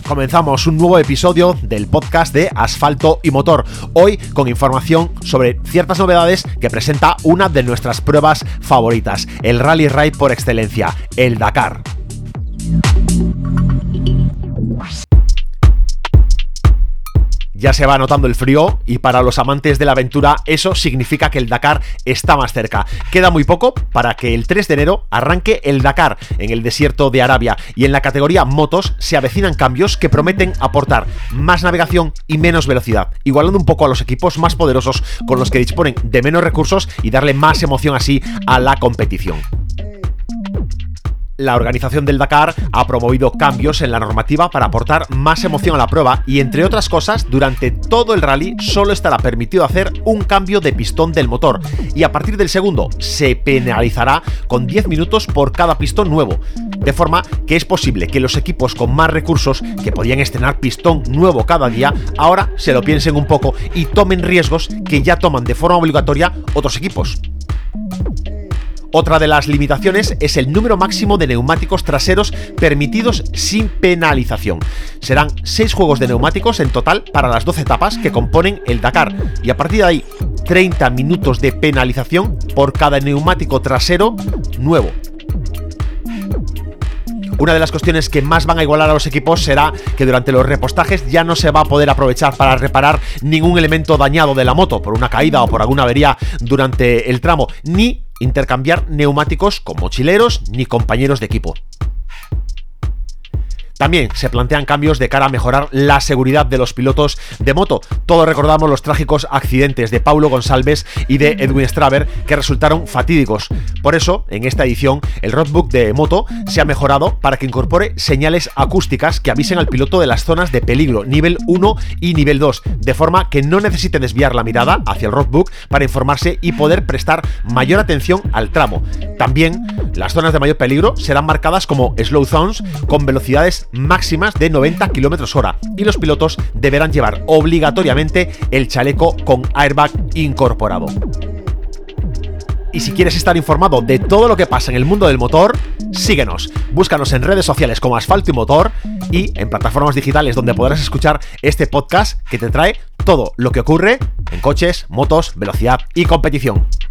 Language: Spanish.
Comenzamos un nuevo episodio del podcast de Asfalto y Motor, hoy con información sobre ciertas novedades que presenta una de nuestras pruebas favoritas, el Rally Ride por excelencia, el Dakar. Ya se va notando el frío y para los amantes de la aventura eso significa que el Dakar está más cerca. Queda muy poco para que el 3 de enero arranque el Dakar en el desierto de Arabia y en la categoría motos se avecinan cambios que prometen aportar más navegación y menos velocidad, igualando un poco a los equipos más poderosos con los que disponen de menos recursos y darle más emoción así a la competición. La organización del Dakar ha promovido cambios en la normativa para aportar más emoción a la prueba y, entre otras cosas, durante todo el rally solo estará permitido hacer un cambio de pistón del motor y a partir del segundo se penalizará con 10 minutos por cada pistón nuevo, de forma que es posible que los equipos con más recursos, que podían estrenar pistón nuevo cada día, ahora se lo piensen un poco y tomen riesgos que ya toman de forma obligatoria otros equipos. Otra de las limitaciones es el número máximo de neumáticos traseros permitidos sin penalización. Serán 6 juegos de neumáticos en total para las 12 etapas que componen el Dakar y a partir de ahí 30 minutos de penalización por cada neumático trasero nuevo. Una de las cuestiones que más van a igualar a los equipos será que durante los repostajes ya no se va a poder aprovechar para reparar ningún elemento dañado de la moto por una caída o por alguna avería durante el tramo, ni intercambiar neumáticos con mochileros ni compañeros de equipo. También se plantean cambios de cara a mejorar la seguridad de los pilotos de moto. Todos recordamos los trágicos accidentes de Paulo Gonçalves y de Edwin Straber que resultaron fatídicos. Por eso, en esta edición, el roadbook de moto se ha mejorado para que incorpore señales acústicas que avisen al piloto de las zonas de peligro, nivel 1 y nivel 2, de forma que no necesite desviar la mirada hacia el roadbook para informarse y poder prestar mayor atención al tramo. También, las zonas de mayor peligro serán marcadas como slow zones con velocidades máximas de 90 km/h y los pilotos deberán llevar obligatoriamente el chaleco con airbag incorporado. Y si quieres estar informado de todo lo que pasa en el mundo del motor, síguenos, búscanos en redes sociales como Asfalto y Motor y en plataformas digitales donde podrás escuchar este podcast que te trae todo lo que ocurre en coches, motos, velocidad y competición.